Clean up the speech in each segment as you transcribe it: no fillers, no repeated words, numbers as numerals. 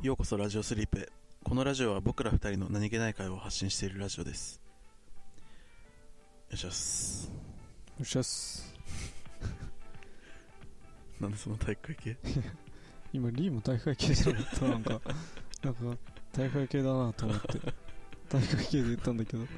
ようこそラジオスリープへ。このラジオは僕ら二人の何気ない会話を発信しているラジオです。よっしゃっす。 よっしゃっす。 なんでその体育会系今リーも体育会系じゃなかった。なんか体育会系だなと思って体育会系で言ったんだけど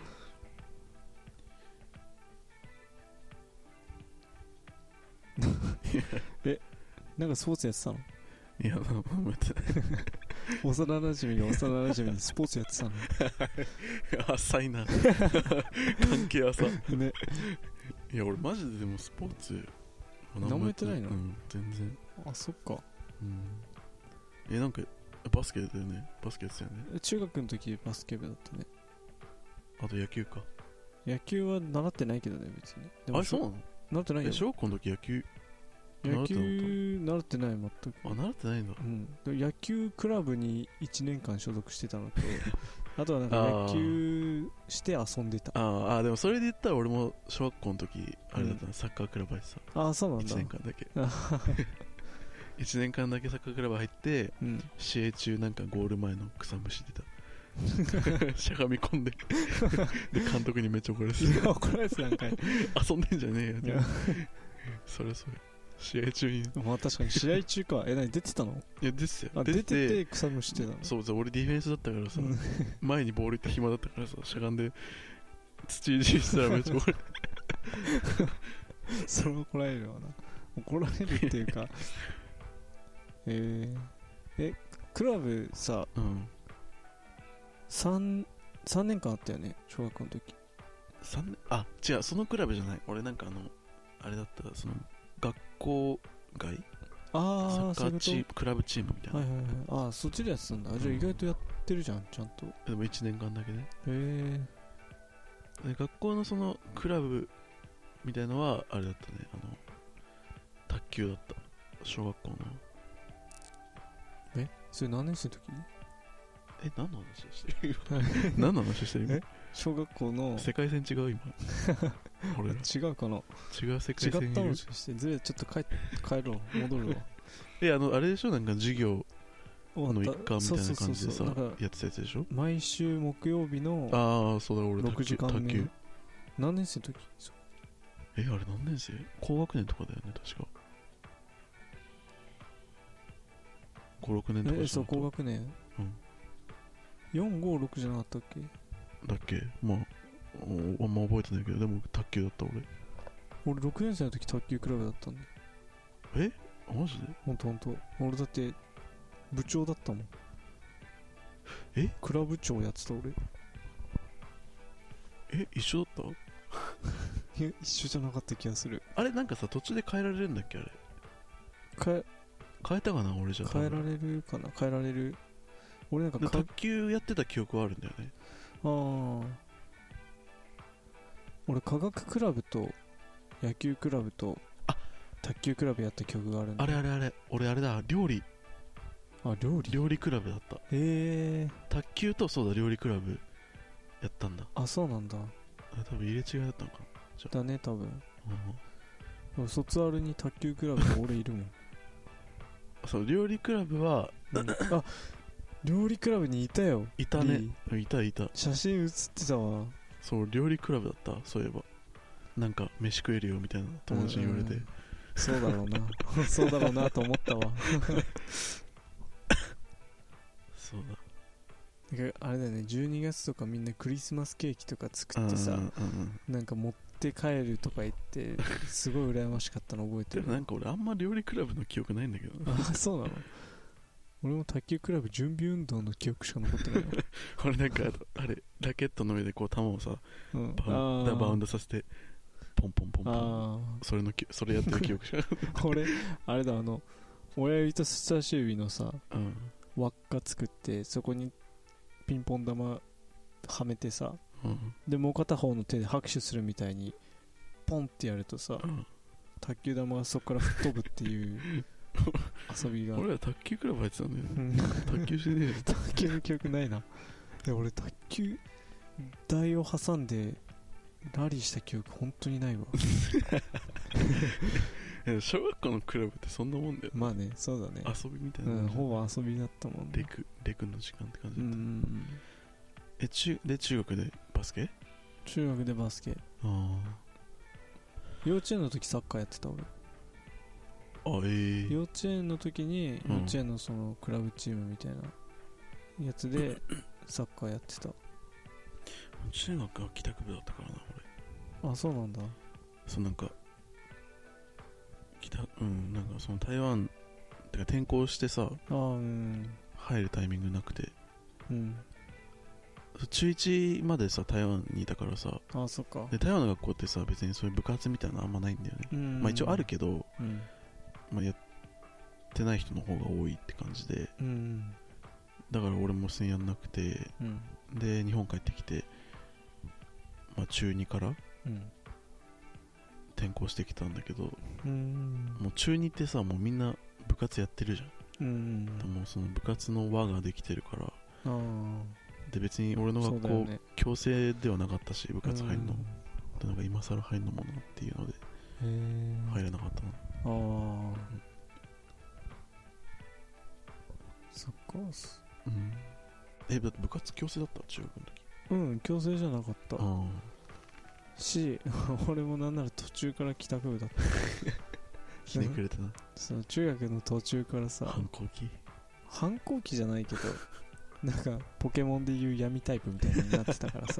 なんかスポーツやってたの？ いや、もうやってない幼馴染が幼馴染にスポーツやってたの？ 浅いな関係浅ね。 いや俺マジででもスポーツ何もやってないの？ うん、全然。 あ、そっか。 なんかバスケだよね。バスケやってたよね。 中学の時バスケ部だったね。 あと野球か。 野球は習ってないけどね、別に。でもあれそうなの？ 習ってないよ。 小学校の時野球習ってない、全く。 あ、習ってないんだ。 でも野球クラブに1年間所属してたのとあとはなんか野球して遊んでた。 あ、でもそれで言ったら俺も小学校の時あれだったな、サッカークラブ入ってた。 ああ、そうなんだ。 1年間だけ1年間だけサッカークラブ入って、試合中なんかゴール前の草むしってたしゃがみ込んでで監督にめっちゃ怒られてた。 いや、怒られてたんかい遊んでんじゃねえよそれ試合中に。 まあ確かに試合中か。何出てたの？ いや出てたよ。 出てて草むしてたの？ そう、俺ディフェンスだったからさ前にボール行って暇だったからさ、しゃがんで土いじりしたらめっちゃ怒られそれ怒られるわな。怒られるっていうかクラブさ、3年間あったよね、小学校の時。 3年？あ、違う、そのクラブじゃない。俺なんかあれだった、その学校外サッカーチーム、クラブチームみたいな。 はいはいはい。あ、そっちでやってたんだ。じゃあ意外とやってるじゃん、ちゃんと。 でも1年間だけね。 で学校のそのクラブみたいのはあれだったね、卓球だった。小学校の。 それ何年生の時？ 何の話してる何の話してる今？ 小学校の世界線違う今俺ら違うかな。 違う世界線いる。 違ったもしかして。ずれちょっと帰ろう、戻るわあれでしょ、なんか授業の一環みたいな感じでさやってたやつでしょ。 毎週木曜日のそうだ、俺 6時間卓球。 何年生の時？ あれ何年生？高学年とかだよね、確か。5、6年とかじゃなかった？ そう、高学年。4、5、6じゃなかったっけ？ だっけ。まああんま覚えてないけど、でも卓球だった俺6年生の時卓球クラブだったんだよ。 マジで？ ほんと。俺だって部長だったもん。クラブ長やってた俺。 一緒だった？ いや、一緒じゃなかった気がする。 あれなんかさ、途中で変えられるんだっけ？あれ変えたかな。俺じゃ変えられるかな。変えられる。俺なんか卓球やってた記憶はあるんだよね。 俺科学クラブと野球クラブと卓球クラブやった記憶があるんだ。 あれ俺あれだ、料理クラブだった。卓球とそうだ、料理クラブやったんだ。 あ、そうなんだ。 多分入れ違いだったのかな。 だね、多分。卒アルに卓球クラブで俺いるもんそう、料理クラブは料理クラブにいたよ。 いたね。いた写真写ってたわ。 そう、料理クラブだった。そういえばなんか飯食えるよみたいな友達に言われて、 そうだろうなそうだろうなと思ったわそうだ。 あれだよね、12月とかみんなクリスマスケーキとか作ってさ、なんか持って帰るとか言ってすごい羨ましかったの覚えてる。 でもなんか俺あんま料理クラブの記憶ないんだけどそうなの？俺も卓球クラブ準備運動の記憶しか残ってないわ俺なんかあれラケットの上でこう球をさ、バウンドさせてポンポンポンポン、それやってる記憶しか俺あれだ、親指と人差し指のさ、輪っか作ってそこにピンポン玉はめてさ、でもう片方の手で拍手するみたいにポンってやるとさ、卓球玉がそこから吹っ飛ぶっていう遊びが。 俺は卓球クラブ入ってたんだよ卓球してねえよ卓球の記憶ないな。俺卓球台を挟んでラリーした記憶本当にないわ小学校のクラブってそんなもんだよ。 まあね、そうだね。 遊びみたいな。 ほぼ遊びだったもんね。 レクの時間って感じだった。で中学でバスケ？ 中学でバスケ。幼稚園の時サッカーやってた俺。幼稚園の時に幼稚園のそのクラブチームみたいなやつでサッカーやってた。 中学は帰宅部だったからな俺。あ、そうなんだ。 そう、なんかなんかその台湾てか転校してさ、入るタイミングなくて、中1までさ台湾にいたからさ。 そっか。 で台湾の学校ってさ別にそういう部活みたいなのあんまないんだよね。まあ一応あるけど、まあやってない人の方が多いって感じで、だから俺も普通にやんなくて、で日本帰ってきて、まあ中2から転校してきたんだけど、もう中2ってさもうみんな部活やってるじゃん。でもその部活の輪ができてるから、で別に俺の学校、強制ではなかったし部活入んの、でなんか今更入んのもなっていうので入れなかったな。 そっか。 だって部活強制だった中学の時？ 強制じゃなかったし、俺もなんなら途中から帰宅部だった。 ひねくれてな。 そう、中学の途中からさ、反抗期じゃないけどなんかポケモンでいう闇タイプみたいになってたからさ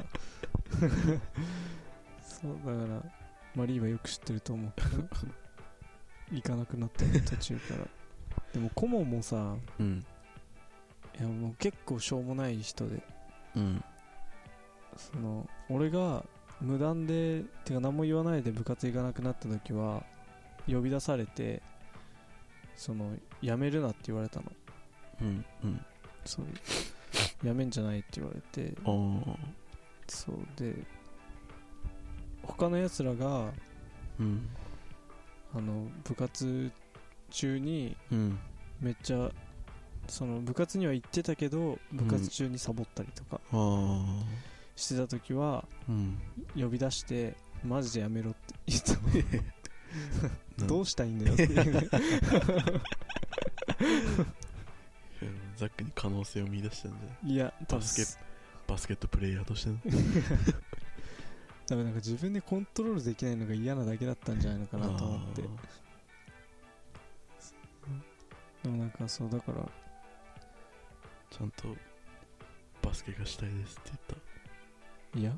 そうだからマリーはよく知ってると思うけど行かなくなった途中からでも顧問もさ、いやもう結構しょうもない人で、その俺が無断でてか何も言わないで部活行かなくなった時は呼び出されて、そのやめるなって言われたの。そうやめんじゃないって言われて、そうで他のやつらが、部活中にめっちゃその部活には行ってたけど部活中にサボったりとかしてた時は、呼び出してマジでやめろって言ったのどうしたいんだよっていうザックに可能性を見出したんじゃない？ いやバスケットプレイヤーとしての多分なんか自分でコントロールできないのが嫌なだけだったんじゃないのかなと思って。でもなんかそうだからちゃんとバスケがしたいですって言った。いや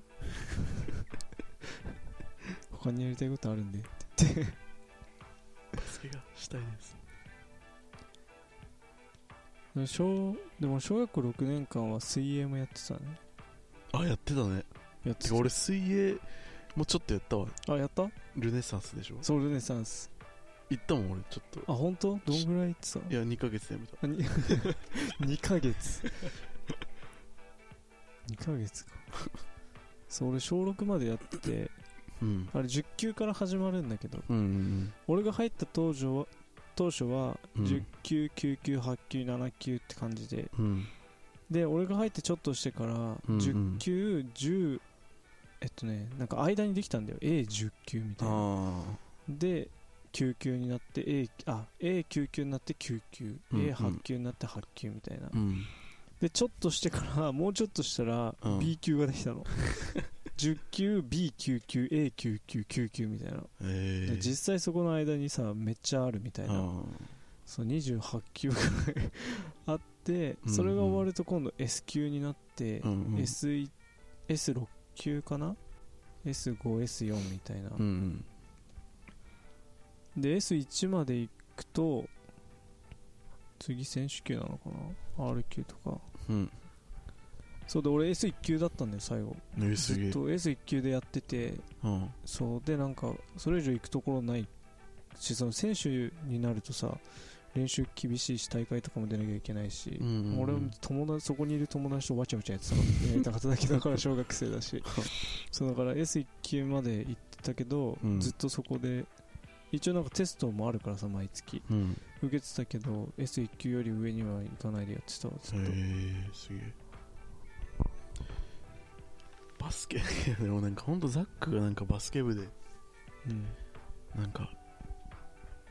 他にやりたいことあるんでって言ってバスケがしたいです。 でも小学校6年間は水泳もやってたね。 やってたね。てか俺水泳もちょっとやったわ。 やった？ ルネサンスでしょ。 そう、ルネサンス行ったもん俺ちょっと。 本当？どんぐらい行ってた？ いや2ヶ月でやめた。 2ヶ月2ヶ月かそう俺小6までやってて、あれ10級から始まるんだけど、俺が入った当初は10級、9級、8級、7級って感じで、で俺が入ってちょっとしてから10級、10なんか間にできたんだよ。 A10 級みたいなで9級になって A9 級になって9級、A8 級になって8級みたいな、でちょっとしてからもうちょっとしたら B 級ができたの10級 B9 級 A9 級9級みたいな、実際そこの間にさめっちゃあるみたいな、そう28級ぐらいあって、それが終わると今度 S 級になって、S6 級かな S5、S4 みたいな、で S1 まで行くと次選手級なのかな R 級とか、そうで俺 S1 級だったんだよ最後。ずっと S1 級でやってて、そうでなんかそれ以上行くところないし、その選手になるとさ練習厳しいし大会とかも出なきゃいけないし、俺もそこにいる友達とわちゃわちゃやってたからやりたかっただけだから小学生だしそうだから S1 級まで行ってたけど、ずっとそこで一応なんかテストもあるからさ毎月、受けてたけど S1 級より上には行かないでやってたわずっと。 すげえ。バスケでもなんかほんとザックがなんかバスケ部で、なんか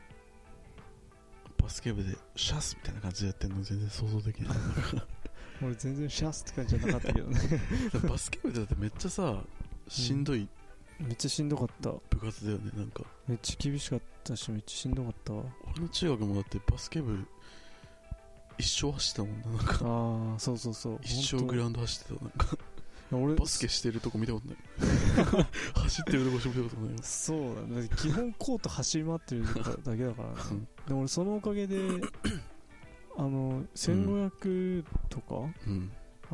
バスケ部でシャスみたいな感じでやってるの全然想像できない俺全然シャスって感じじゃなかったけどねバスケ部ってだってめっちゃさしんどい、 めっちゃしんどかった。 部活だよね。なんかめっちゃ厳しかったしめっちゃしんどかったわ。 俺の中学もだってバスケ部一生走ってたもんな。なんかああそうそうそう、 一生グラウンド走ってた。なんか俺バスケしてるとこ見たことない走ってるとこしか見たことないよ。 そうだね、基本コート走り回ってるだけだからねで俺そのおかげで1500とか、 うん、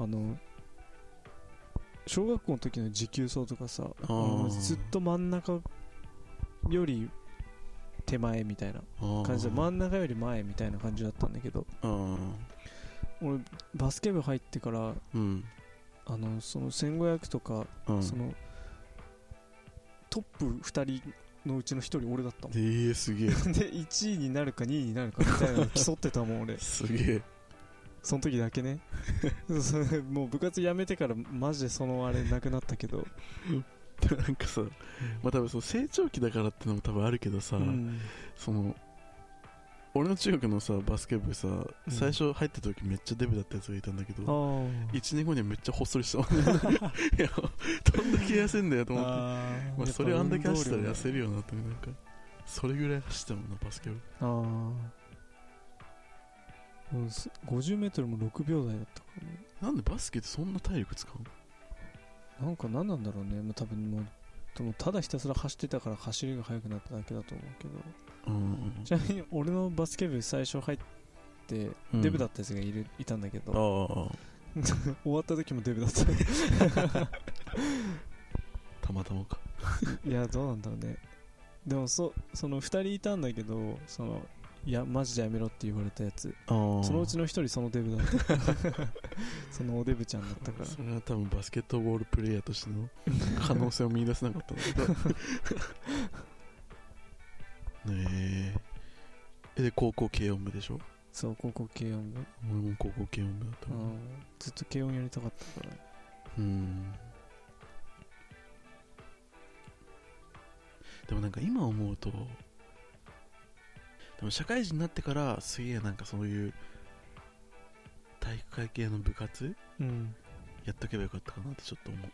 小学校の時の持久走とかさ、ずっと真ん中より手前みたいな感じで、真ん中より前みたいな感じだったんだけど、俺バスケ部入ってから、うん、その1500とか、そのトップ2人のうちの1人俺だったもん。 すげえで 1位になるか2位になるかみたいなの競ってたもん俺すげえその時だけねもう部活やめてからマジでそのあれなくなったけどでもなんかさ、まあ多分その成長期だからってのも多分あるけどさ、その俺の中学のさバスケ部さ、最初入った時めっちゃデブだったやつがいたんだけど、1年後にはめっちゃほっそりしたもんねいやどんだけ痩せんだよと思って、まあそれあんだけ走ったら痩せるよなと思って、なんかそれぐらい走ったもんなバスケ部。 50メートルも6秒台だったからね。 なんでバスケってそんな体力使うの？ なんか何なんだろうね。多分もうただひたすら走ってたから走りが速くなっただけだと思うけど、ちなみに俺のバスケ部最初入ってデブだったやつがいたんだけど、終わった時もデブだったたまたまかいやどうなんだろうね。でもその2人いたんだけど、いやマジでやめろって言われたやつ、そのうちの1人そのデブだったそのおデブちゃんだったから。 それは多分バスケットボールプレイヤーとしての可能性を見出せなかったんだけどねえ。で高校軽音部でしょ？ そう、高校軽音部。 俺も高校軽音部だった。 ずっと軽音やりたかったから。 でもなんか今思うと、でも社会人になってからすげえなんかそういう体育会系の部活、やっとけばよかったかなってちょっと思った。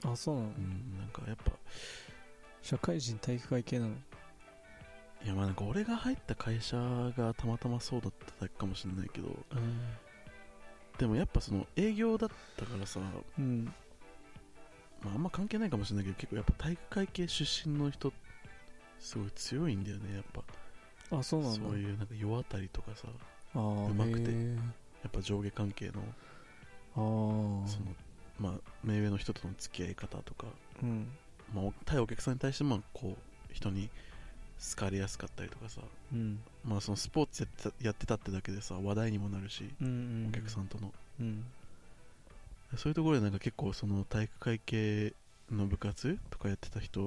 あ、そうなの？ なんかやっぱ社会人体育会系なの？ いやまあなんか俺が入った会社がたまたまそうだっただけかもしれないけど、でもやっぱその営業だったからさ、まああんま関係ないかもしれないけど、結構やっぱ体育会系出身の人すごい強いんだよねやっぱ。 あ、そうなんだ。 そういうなんか世当たりとかさ、うまくて、やっぱ上下関係のそのまあ目上の人との付き合い方とか、まあ対お客さんに対してもこう人に好かれやすかったりとかさ、まあそのスポーツやってたってだけでさ話題にもなるし、お客さんとの、そういうところでなんか結構その体育会系の部活とかやってた人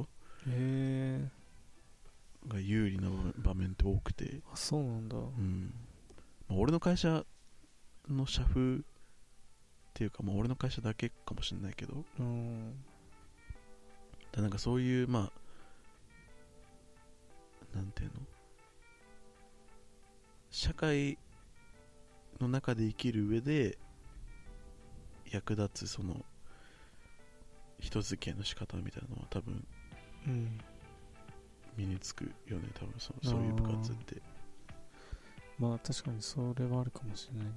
が有利な場面って多くて。 あ、そうなんだ。 まあ、俺の会社の社風っていうか、まあ俺の会社だけかもしれないけど、なんかそういうまあなんていうの、社会の中で生きる上で役立つその人付き合いの仕方みたいなのは多分、身につくよね多分そういう部活って。 まあ確かにそれはあるかもしれないね。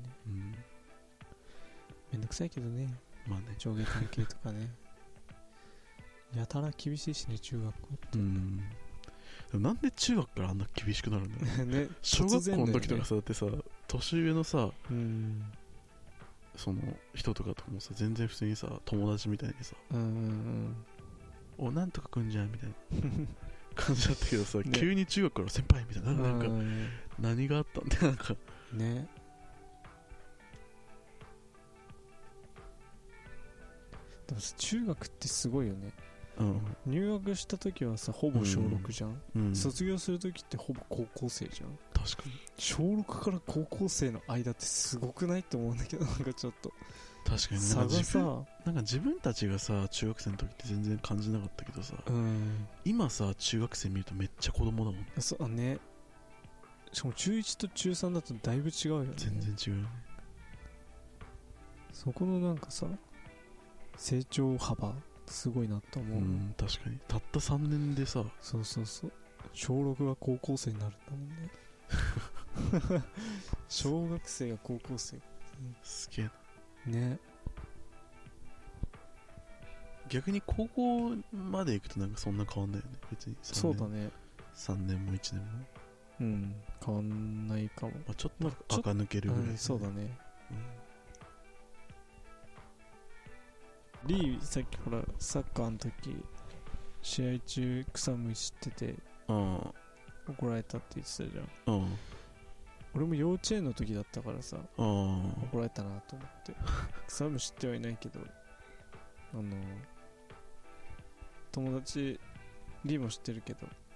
めんどくさいけどね。まあね、上下関係とかねやたら厳しいしね中学校って。 でもなんで中学からあんな厳しくなるんだろうね。 小学校の時とかさ、だってさ年上のさ、その人とかともさ全然普通にさ友達みたいにさ、おなんとかくんじゃんみたいな感じだったけどさ、急に中学から先輩みたいな、なんか何があったんだよなんかね。でも中学ってすごいよね。入学した時はさほぼ小6じゃん、卒業する時ってほぼ高校生じゃん。 確かに小6から高校生の間ってすごくないって思うんだけど、なんかちょっと確かに差がさ、 なんか自分たちがさ中学生の時って全然感じなかったけどさ、今さ中学生見るとめっちゃ子供だもん。 そうね。 しかも中1と中3だとだいぶ違うよね。 全然違うよね。 そこのなんかさ成長幅すごいなと思う。 確かにたった3年でさ。 そうそうそう。小6が高校生になるんだもんね。小学生が高校生、 すげえなね。 逆に高校まで行くとなんかそんな変わんないよね別に。 そうだね。 3年も1年も変わんないかも。 ちょっと垢抜けるぐらい、ね。 そうだね。リーさっきほらサッカーの時試合中草むしってて怒られたって言ってたじゃん。俺も幼稚園の時だったからさ怒られたなと思って草むしってはいないけど友達リーも知ってるけど、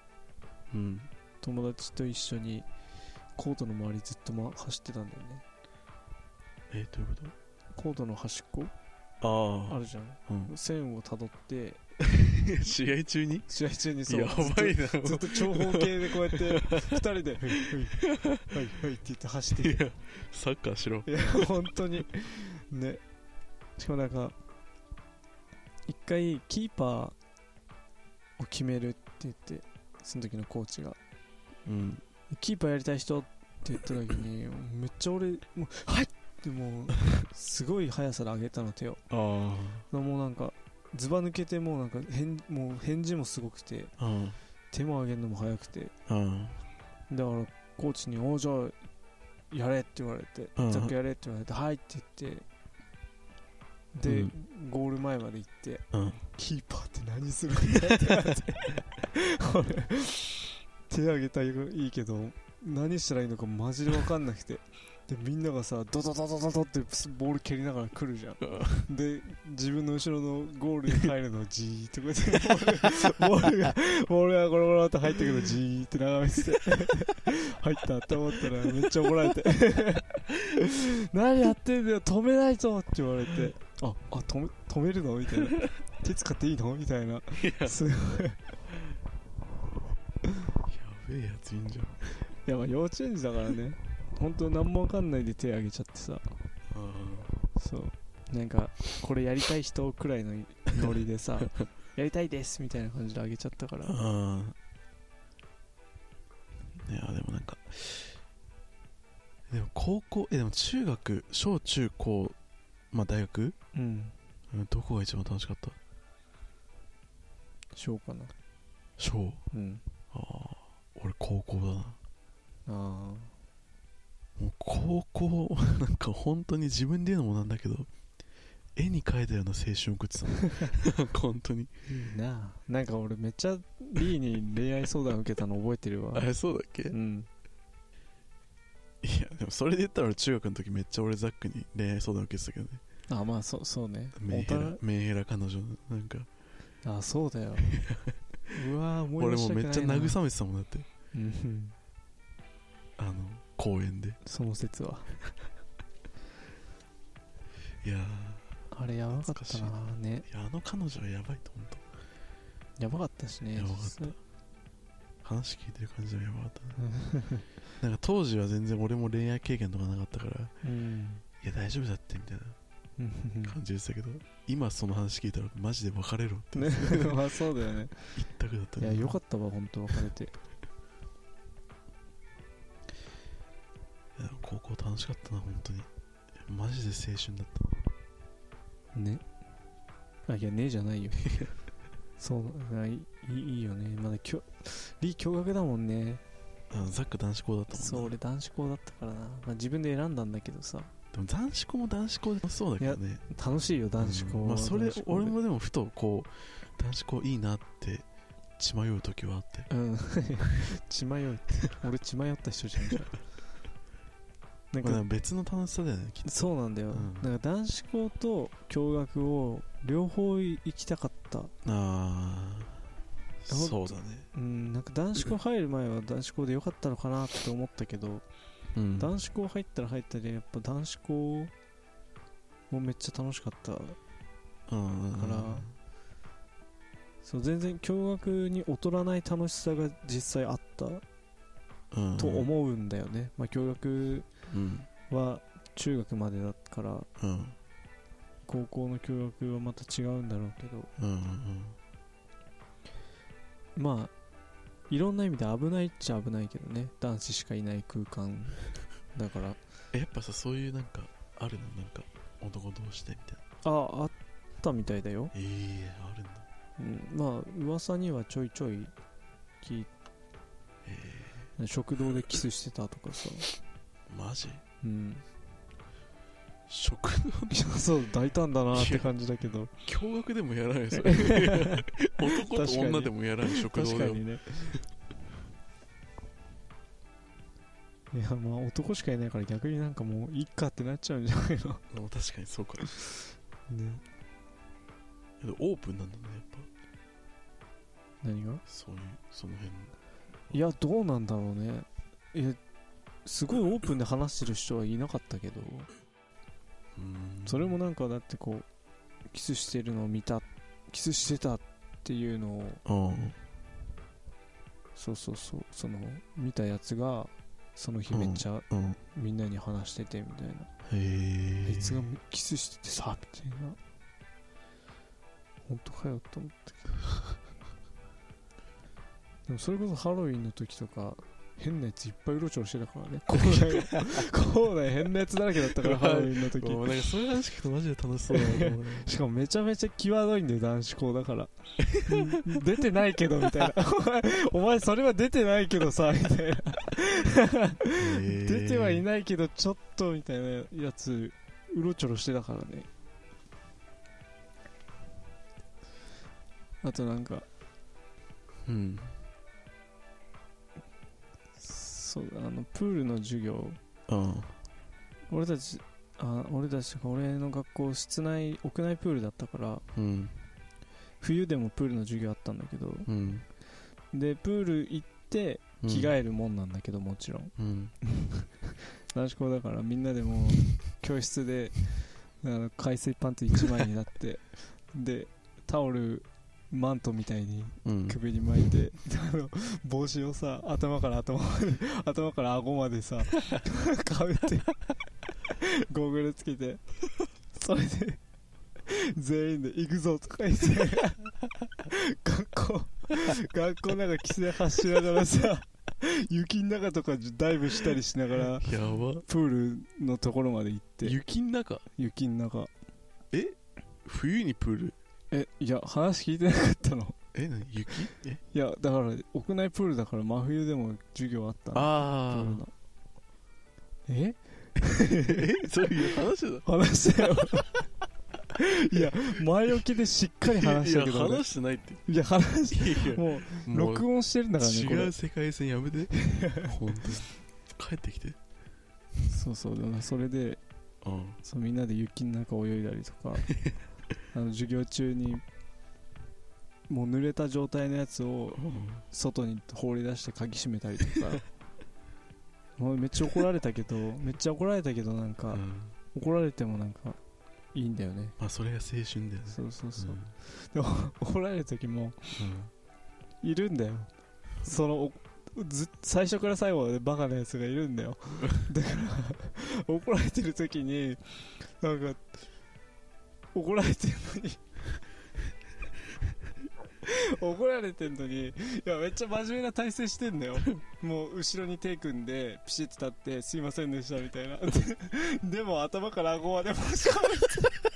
友達と一緒にコートの周りずっと走ってたんだよね。 どういうこと？ コートの端っこあるじゃん、線をたどって試合中にそうやばいな。 ずっと長方形でこうやって2人ではいって言って走ってて、 サッカーしろ。 いや本当にね。しかもなんか一回キーパーを決めるって言ってその時のコーチが、キーパーやりたい人って言った時にめっちゃ俺もうはいってもうすごい速さで上げたの手を。もうなんかずば抜けてもうなんかもう返事もすごくて、手も上げるのも速くて、だからコーチにじゃあやれって言われて、ザックやれって言われてはいって言ってで、ゴール前まで行って、キーパーって何するんだって言われて俺手上げたらいいけど何したらいいのかマジで分かんなくて、でみんながさドドドドドドってボール蹴りながら来るじゃん。で自分の後ろのゴールに入るのをじーってこうやってボールがゴロゴロって入ったけどじーって眺めてて入ったって思ったらめっちゃ怒られて何やってんだよ止めないとって言われて、止めるのみたいな、手使っていいのみたいな、すごいやべえやついいんじゃん。 いやまあ幼稚園児だからね、本当何も分かんないで手挙げちゃってさ、そうなんかこれやりたい人くらいのノリでさやりたいですみたいな感じで挙げちゃったから。いやでもなんかでも高校でも中学小中高大学どこが一番楽しかった？ 小かな。 小俺高校だな。もう高校なんか本当に自分で言うのもなんだけど絵に描いたような青春を送ってたの本当にいいな。なんか俺めっちゃリーに恋愛相談受けたの覚えてるわ。 あれそうだっけ？いやでもそれで言ったら俺中学の時めっちゃ俺ザックに恋愛相談受けてたけどね。 まあそうね。 メンヘラ彼女なんかそうだようわ思い出したくないな。俺もめっちゃ慰めてたもんだって公園で。 その説はいやあれやばかったなね。 いや彼女はやばいと思った。 やばかったしね。 やばかった。話聞いてる感じはやばかったなんか当時は全然俺も恋愛経験とかなかったから、いや大丈夫だってみたいな感じでしたけど今その話聞いたらマジで別れろってねまあそうだよね。 一択だったね。 いやよかったわ本当別れて。 いや高校楽しかったな本当に。マジで青春だったね。いやねじゃないよそういいよね。まだリー共学だもんね。 ザック男子校だったもんね。 そう俺男子校だったからな、自分で選んだんだけどさ。 でも男子校も男子校でそうだけどね。 楽しいよ男子校は、 それ俺もでもふとこう男子校いいなって血迷う時はあって血迷うって俺血迷った人じゃんじゃんなんか別の楽しさだよねきっと。 そうなんだよ、なんか男子校と共学を両方行きたかった。 そうだね。 なんか男子校入る前は男子校でよかったのかなって思ったけど、男子校入ったら入ったでやっぱ男子校もめっちゃ楽しかったから、そう全然共学に劣らない楽しさが実際あった。 と思うんだよね。まあ共学は中学までだから、高校の共学はまた違うんだろうけど、まあいろんな意味で危ないっちゃ危ないけどね、男子しかいない空間だから。 やっぱさ、そういうなんかあるの、なんか男同士でみたいな。 あったみたいだよ。 あるんまだ。 あ噂にはちょいちょい聞い食堂でキスしてたとかさ。 マジ？ 食堂でそう大胆だなって感じだけど、 驚愕でもやらないそれ男と女でもやらない食堂でも。確かにね。いやまあ男しかいないから逆になんかもういいかってなっちゃうんじゃないの。確かにそうかね。オープンなんだねやっぱ。何が？そういうその辺。いやどうなんだろうね。すごいオープンで話してる人はいなかったけど、それもなんかだってこうキスしてるのを見た、キスしてたっていうのを、そうその見たやつがその日めっちゃみんなに話しててみたいな、あいつがキスしててさみたいな、本当かよと思ったけどでもそれこそハロウィンの時とか変なやついっぱいうろちょろしてたからね。校内変なやつだらけだったからハロウィンの時。なんかそういう話聞くとマジで楽しそうだなと思う。しかもめちゃめちゃ際どいんだよ男子校だから出てないけどみたいなお前それは出てないけどさみたいな出てはいないけどちょっとみたいなやつうろちょろしてたからね。あとなんかそうプールの授業、俺たちが俺の学校室内屋内プールだったから、冬でもプールの授業あったんだけど、でプール行って着替えるもんなんだけど、もちろん、男子校だからみんなでもう教室で海水パンツ1枚になってでタオルマントみたいに首に巻いて、帽子をさ頭から顎までさかぶってゴーグルつけて、それで全員で行くぞとか言って学校なんかキスで走しながらさ雪の中とかダイブしたりしながらプールのところまで行って。雪の中冬にプール？いや話聞いてなかったの。何雪？いやだから屋内プールだから真冬でも授業あったの。そういう話だよいや前置きでしっかり話したけど、話してないって。いやもう録音してるんだからね。違う世界線やめて本当帰ってきて。そうでもそれでそうみんなで雪の中泳いだりとか授業中にもう濡れた状態のやつを外に放り出して鍵閉めたりとかもうめっちゃ怒られたけどなんか、怒られてもなんかいいんだよね。まあそれが青春だよね。そう、でも怒られる時も、いるんだよ。その最初から最後までバカなやつがいるんだよだから怒られてる時になんか怒られてんのにいやめっちゃ真面目な体勢してんだよもう後ろに手組んでピシッと立ってすいませんでしたみたいなでも頭から顎までもしかめて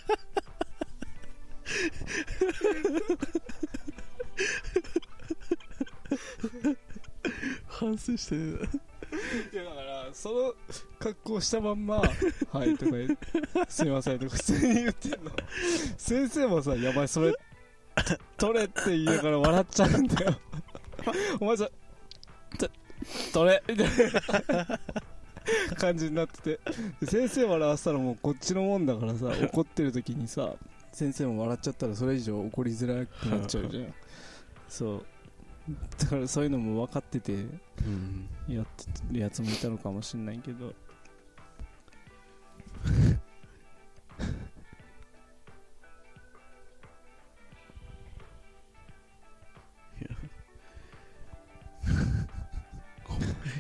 反省してる。いやだからその格好したまんまはいとかすいませんとか普通に言ってんの。先生もさやばいそれ取れって言いながら笑っちゃうんだよお前さ取れみたいな感じになってて、先生笑わせたらもうこっちのもんだからさ、怒ってる時にさ先生も笑っちゃったらそれ以上怒りづらくなっちゃうじゃんそうだからそういうのも分かっててやってるやつもいたのかもしれないけど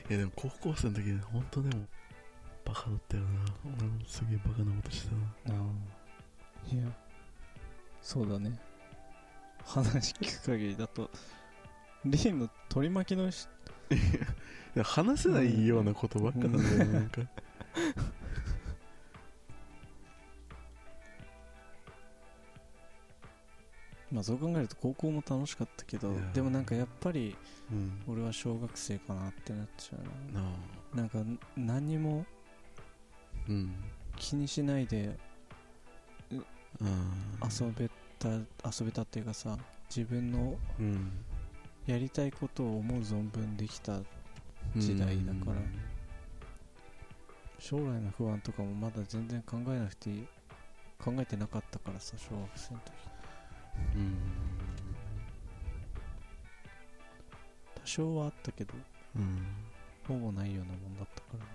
でも高校生の時本当でもバカだったよな。俺もすげえバカなことしてたな。 いやそうだね。話聞く限りだとリンの取り巻きの話せないようなことばっかなんだよ、なんかまあそう考えると高校も楽しかったけど、でもなんかやっぱり俺は小学生かなってなっちゃうな。なんか何にも気にしないで遊べたっていうかさ、自分のやりたいことを思う存分できた時代だから、将来の不安とかもまだ全然考えなくていい、考えてなかったからさ、小学生の時。多少はあったけど、ほぼないようなもんだったからね。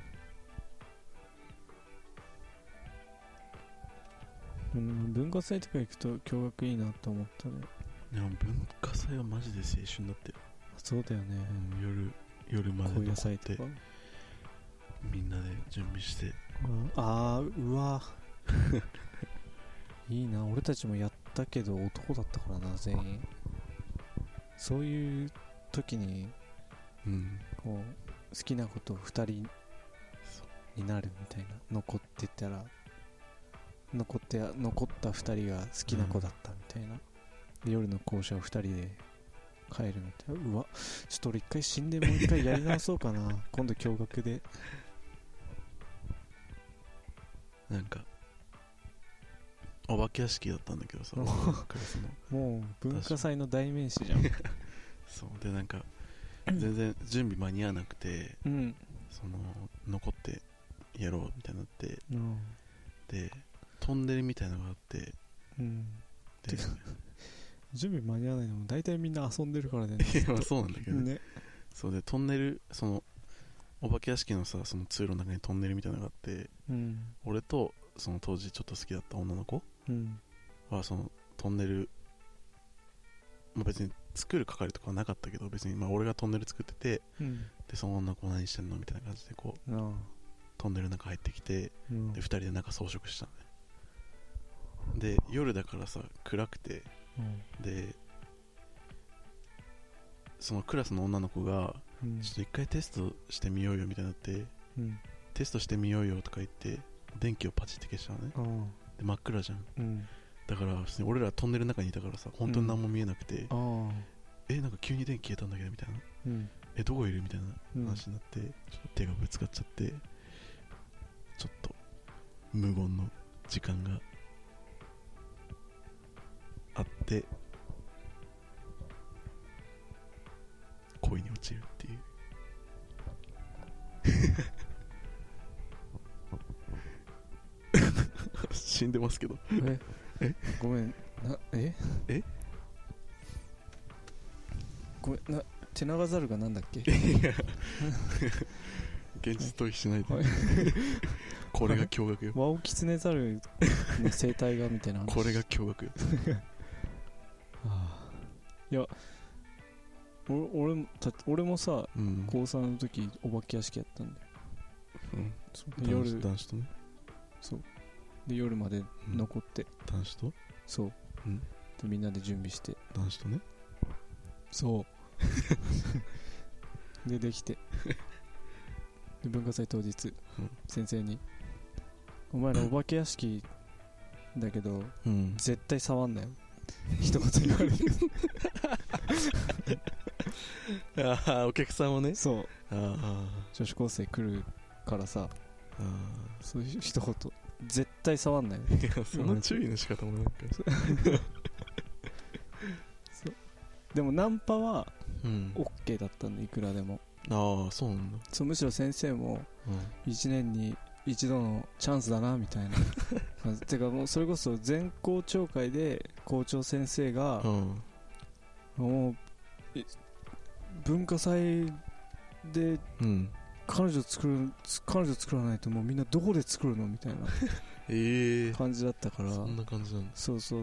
文化祭とか行くと共学いいなって思ったね。 いや文化祭はマジで青春だったよ。 そうだよね、 夜まで残ってみんなで準備して、 うわいいな。俺たちもやったけど男だったからな、全員。そういう時にこう好きなこと2人になるみたいな、残った2人が好きな子だったみたいな、で夜の校舎を2人で帰るみたいな。うわ、ちょっと俺一回死んでもう一回やり直そうかな今度共学で。 なんかお化け屋敷だったんだけどさクラスのもう文化祭の代名詞じゃんそうで、なんか全然準備間に合わなくて、その残ってやろうみたいになって、でトンネルみたいなのがあって、で準備間に合わないのも大体みんな遊んでるからねまあそうなんだけどね。そうでトンネル、そのお化け屋敷のさ、その通路の中にトンネルみたいなのがあって、俺とその当時ちょっと好きだった女の子はそのトンネル、まあ、別に作る係とかはなかったけど、別にまあ俺がトンネル作ってて、でその女の子何してんのみたいな感じでこうトンネルの中入ってきて、で2人で中装飾したのね。で夜だからさ暗くて、でそのクラスの女の子が、ちょっと一回テストしてみようよみたいになって、テストしてみようよとか言って電気をパチって消したのね。で真っ暗じゃん、だから普通に俺らトンネルの中にいたからさ、本当に何も見えなくて、なんか急に電気消えたんだけどみたいな、どこいるみたいな話になって、ちょっと手がぶつかっちゃって、ちょっと無言の時間があって、恋に落ちるっていう死んでますけどごめんごめんな、手長猿がなんだっけ現実逃避しないでこれが驚愕よ。 ワオキツネザルの生態がみたいな話これが驚愕よいや俺もさ、高3の時お化け屋敷やったんだよ、夜男子とね。 そうで夜まで残って、 男子とそう、でみんなで準備して男子とね、 そうできてで文化祭当日、先生にお前らお化け屋敷だけど、絶対触んなよ一言言われるお客さんはね、 そう女子高生来るからさ、そういう一言絶対触んなよ。 いやその注意の仕方もなんかそうでもナンパは OK だったんで、いくらでも。 そうなんだ。 そう、むしろ先生も1年に一度のチャンスだなみたいなてかもうそれこそ全校長会で校長先生が、もう文化祭で彼女作らないともうみんなどこで作るのみたいな感じだったから、 そんな感じなんだ。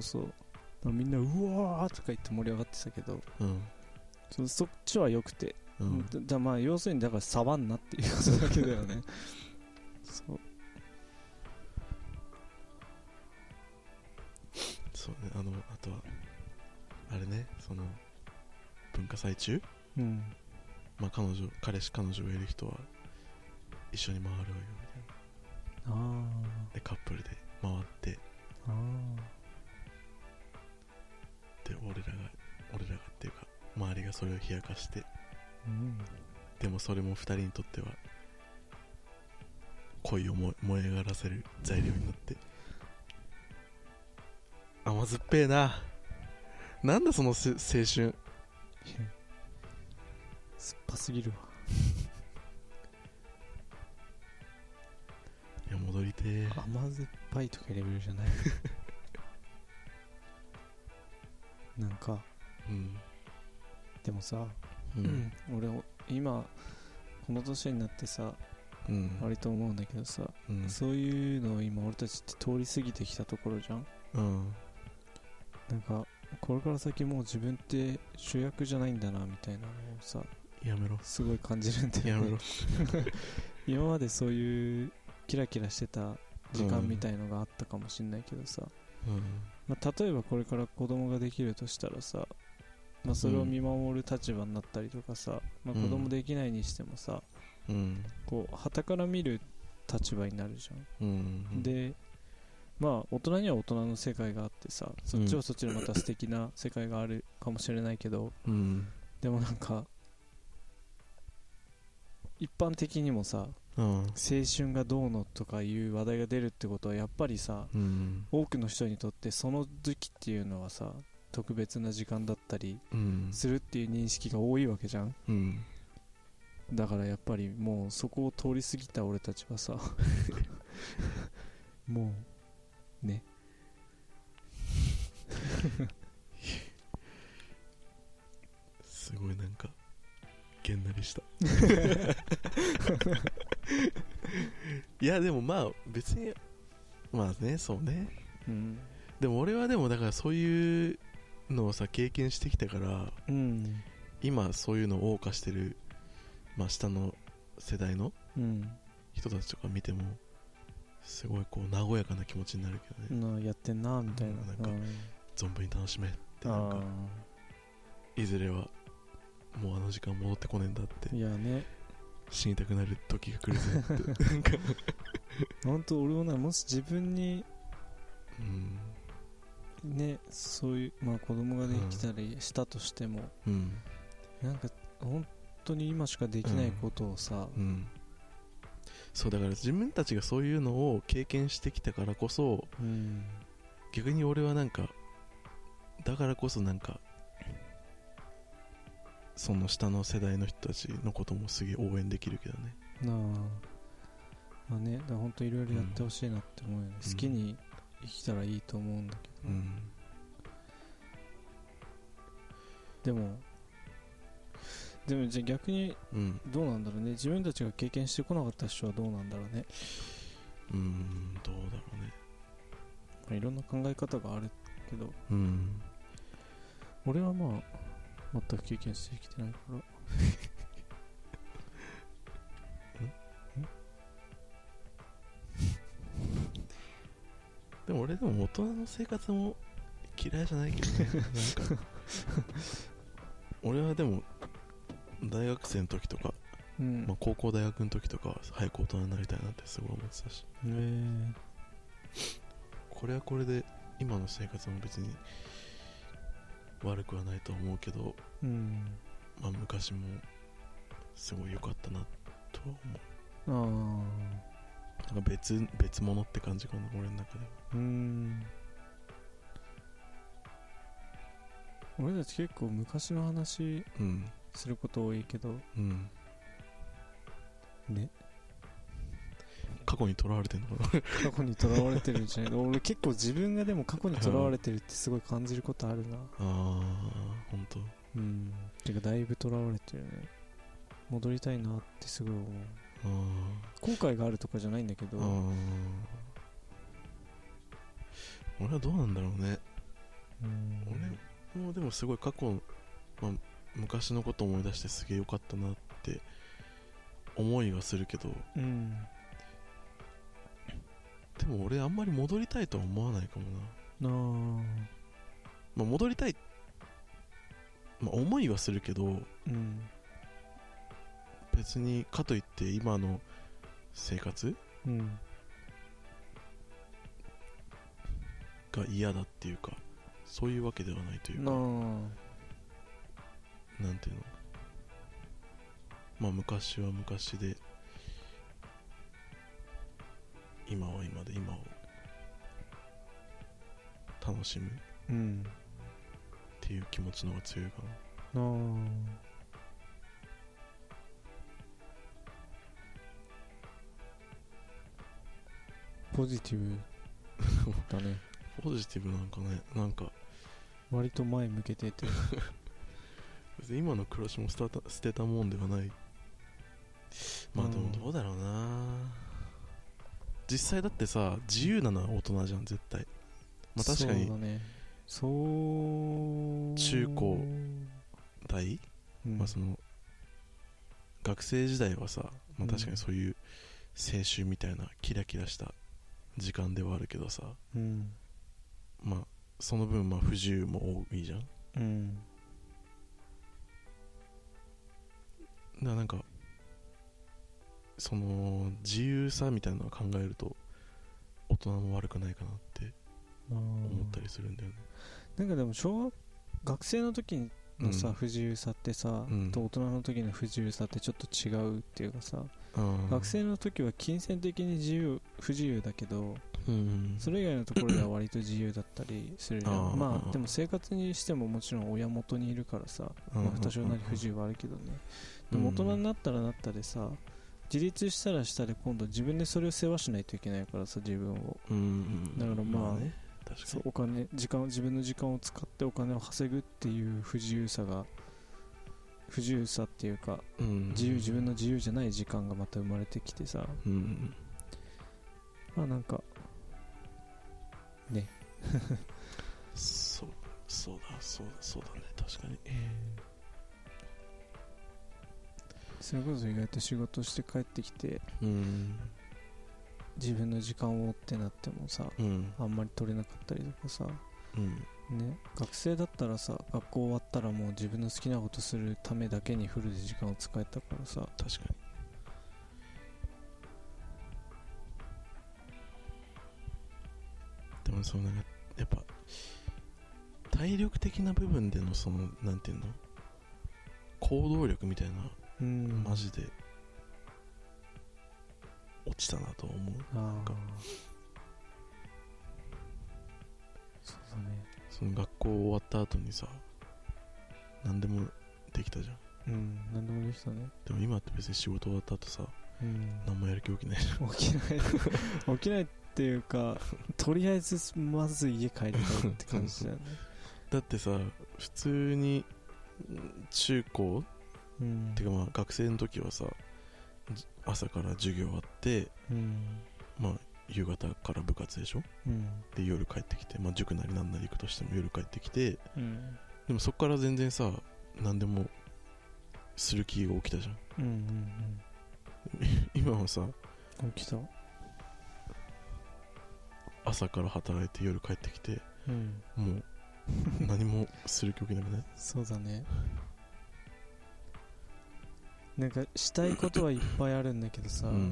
そうみんなうわーとか言って盛り上がってたけど、そっちは良くて、 うん、 まあ要するにだからサバンナっていうことだけだよねそうそうね。あとはあれね、その文化祭中、 うん、 まあ彼氏彼女がいる人は一緒に回ろうよみたいな。でカップルで回って、で俺らがっていうか周りがそれを冷やかして、 うん、 でもそれも2人にとっては恋を燃え上がらせる材料になって、甘酸っぱいな。なんだその青春酸っぱすぎるわいや戻りてー。 甘酸っぱいとかレベルじゃないなんか、 うん、 でもさ、 うん、 俺今この年になってさ、うん、割と思うんだけどさ、うん、そういうのを今俺たちって通り過ぎてきたところじゃん、うん、なんかこれから先もう自分って主役じゃないんだなみたいなのをさ、 やめろ、 すごい感じるんだよね。 やめろ今までそういうキラキラしてた時間みたいのがあったかもしんないけどさ、うん、まあ、例えばこれから子供ができるとしたらさ、まあ、それを見守る立場になったりとかさ、まあ、子供できないにしてもさ、うん、こう傍から見る立場になるじゃん、うんうん、でまあ大人には大人の世界があってさ、そっちはそっちでまた素敵な世界があるかもしれないけど、うん、でもなんか一般的にもさ、うん、青春がどうのとかいう話題が出るってことはやっぱりさ、うん、多くの人にとってその時期っていうのはさ特別な時間だったりするっていう認識が多いわけじゃん、うん、だからやっぱりもうそこを通り過ぎた俺たちはさもうねすごいなんかげんなりしたいやでもまあ別にまあね、そうね、うん、でも俺はでもだからそういうのをさ経験してきたから、うん、今そういうのを謳歌してる、まあ、下の世代の人たちとか見てもすごいこう和やかな気持ちになるけどね、やってんなみたいな、 なんか存分に楽しめってなんかいずれはもうあの時間戻ってこねえんだって、 いやね、 死にたくなる時が来るぜってなんか本当俺ももし自分に、うん、ね、そういう、まあ、子供ができたりしたとしても、うん、なんか本当に今しかできないことをさ、うんうん、 そうだから自分たちがそういうのを経験してきたからこそ、うん、逆に俺はなんかだからこそなんかその下の世代の人たちのこともすげえ応援できるけどね。 まあね、だから本当いろいろやってほしいなって思うよね、うん、好きに生きたらいいと思うんだけど、うん、でもじゃあ逆にどうなんだろうね、自分たちが経験してこなかった人はどうなんだろうね。 どうだろうね、 まあ、いろんな考え方があるけど、うん、俺はまあ全く経験してきてないからでも俺でも大人の生活も嫌いじゃないけどねなんか俺はでも大学生の時とか、うん、まあ、高校大学の時とかは早く大人になりたいなってすごい思ってたし、これはこれで今の生活も別に悪くはないと思うけど、うん、まあ、昔もすごい良かったなとは思う。なんか別物って感じかな俺の中では。 俺たち結構昔の話すること多いけど、うん、ね、 過去にとらわれてんのかな過去にとらわれてるんじゃないの俺結構自分がでも過去にとらわれてるってすごい感じることあるな。 ああ本当。 うん、てかだいぶとらわれてるね。戻りたいなってすごい思う。後悔があるとかじゃないんだけど、俺はどうなんだろうね。俺もでもすごい過去、まあ、 昔のこと思い出してすげえ良かったなって思いはするけど、 うん、 でも俺あんまり戻りたいとは思わないかもな。まあ戻りたい、まあ、思いはするけど、うん、別にかといって今の生活、うん、が嫌だっていうか、そういうわけではないというか、なんていうの、まあ昔は昔で、今は今で今を楽しむっていう気持ちの方が強いかな。 ポジティブだね。 ポジティブなんかね、なんか割と前向けてて今の暮らしも捨てたもんではない。まあでもどうだろうな、実際だってさ、自由なのは大人じゃん絶対。まあ確かにそうだね、中高大、うん、まあその学生時代はさ、まあ確かにそういう青春みたいなキラキラした時間ではあるけどさ、うん、まあその分まあ不自由も多いじゃん、うん、だからなんかその自由さみたいなのを考えると大人も悪くないかなって思ったりするんだよね。 なんかでも学生の時のさ、不自由さってさ、と大人の時の不自由さってちょっと違うっていうかさ、学生の時は金銭的に不自由だけど、それ以外のところでは割と自由だったりするじゃん。まあでも生活にしてももちろん親元にいるからさ、多少なり不自由はあるけどね。でも大人になったらなったでさ、自立したらしたで今度自分でそれを世話しないといけないからさ、自分を。だからまあね、そう自分の時間を使ってお金を稼ぐっていう不自由さっていうか、自分の自由じゃない時間がまた生まれてきてさ、まあなんかねそうだね、確かに、 それこそ意外と仕事して帰ってきて、自分の時間をってなってもさ、あんまり取れなかったりとかさ、ね、学生だったらさ、学校終わったらもう自分の好きなことするためだけにフルで時間を使えたからさ。 確かに。でもそのなんかやっぱ体力的な部分でのそのなんていうの、行動力みたいな、マジで落ちたなと思う。なんかそうだね。 その学校終わった後にさ、何でもできたじゃん。 何でもできたね。 でも今って別に仕事終わった後さ、何もやる気起きないじゃん。 起きないっていうか、とりあえずまず家帰りたいって感じだよね。 だってさ、普通に中高、てかまあ学生の時はさ、朝から授業あって、まあ夕方から部活でしょ、で夜帰ってきて、まあ塾なりなんなり行くとしても夜帰ってきて、でもそっから全然さ、何でもする気が起きたじゃん。今はさ、 起きた。 朝から働いて夜帰ってきて、もう何もする気起きなくない？ そうだね。なんかしたいことはいっぱいあるんだけどさ、はぁ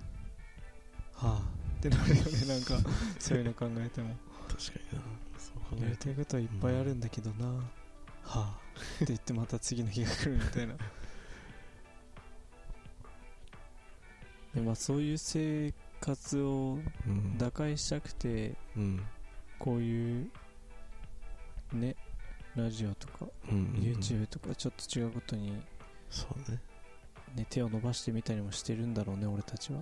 ってなるよね。なんかそういうの考えても確かにな。そうやりたいことはいっぱいあるんだけどな、はぁって言ってまた次の日が来るみたいな。でまあそういう生活を打開したくて、こういうね、ラジオとか、YouTube とかちょっと違うことにそうね、 手を伸ばしてみたりもしてるんだろうね、俺たちは。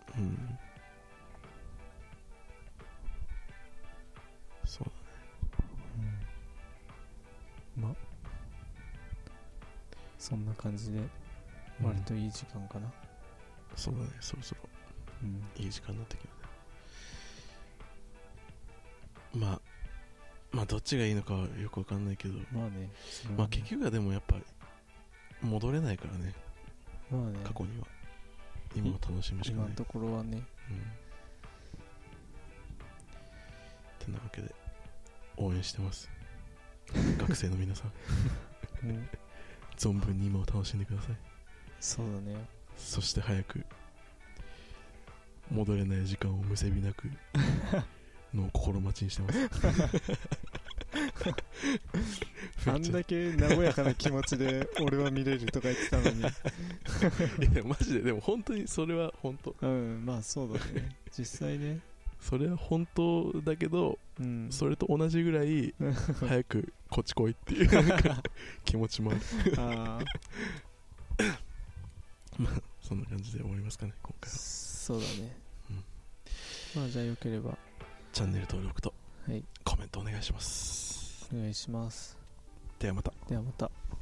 そうだね。 まあそんな感じで割といい時間かな。 そうだね、そろそろ、いい時間になってきたね。まあどっちがいいのかはよくわかんないけど、 まあね、 まあ結局はでもやっぱ戻れないからね、 まあね、 過去には。今を楽しむしかない。 今のところはね。 てなわけで応援してます学生の皆さん存分に今を楽しんでください。 そうだね。 そして早く戻れない時間をむせびなくのを心待ちにしてますあんだけ和やかな気持ちで俺は見れるとか言ってたのにいやマジで、でも本当にそれは本当。 まあそうだね、実際ね、 それは本当だけど、それと同じぐらい早くこっち来いっていう気持ちもあるまあそんな感じで終わりますかね、今回は。 そうだね、まあじゃあよければチャンネル登録とはい、 コメントお願いします。 お願いします。 ではまた。 ではまた。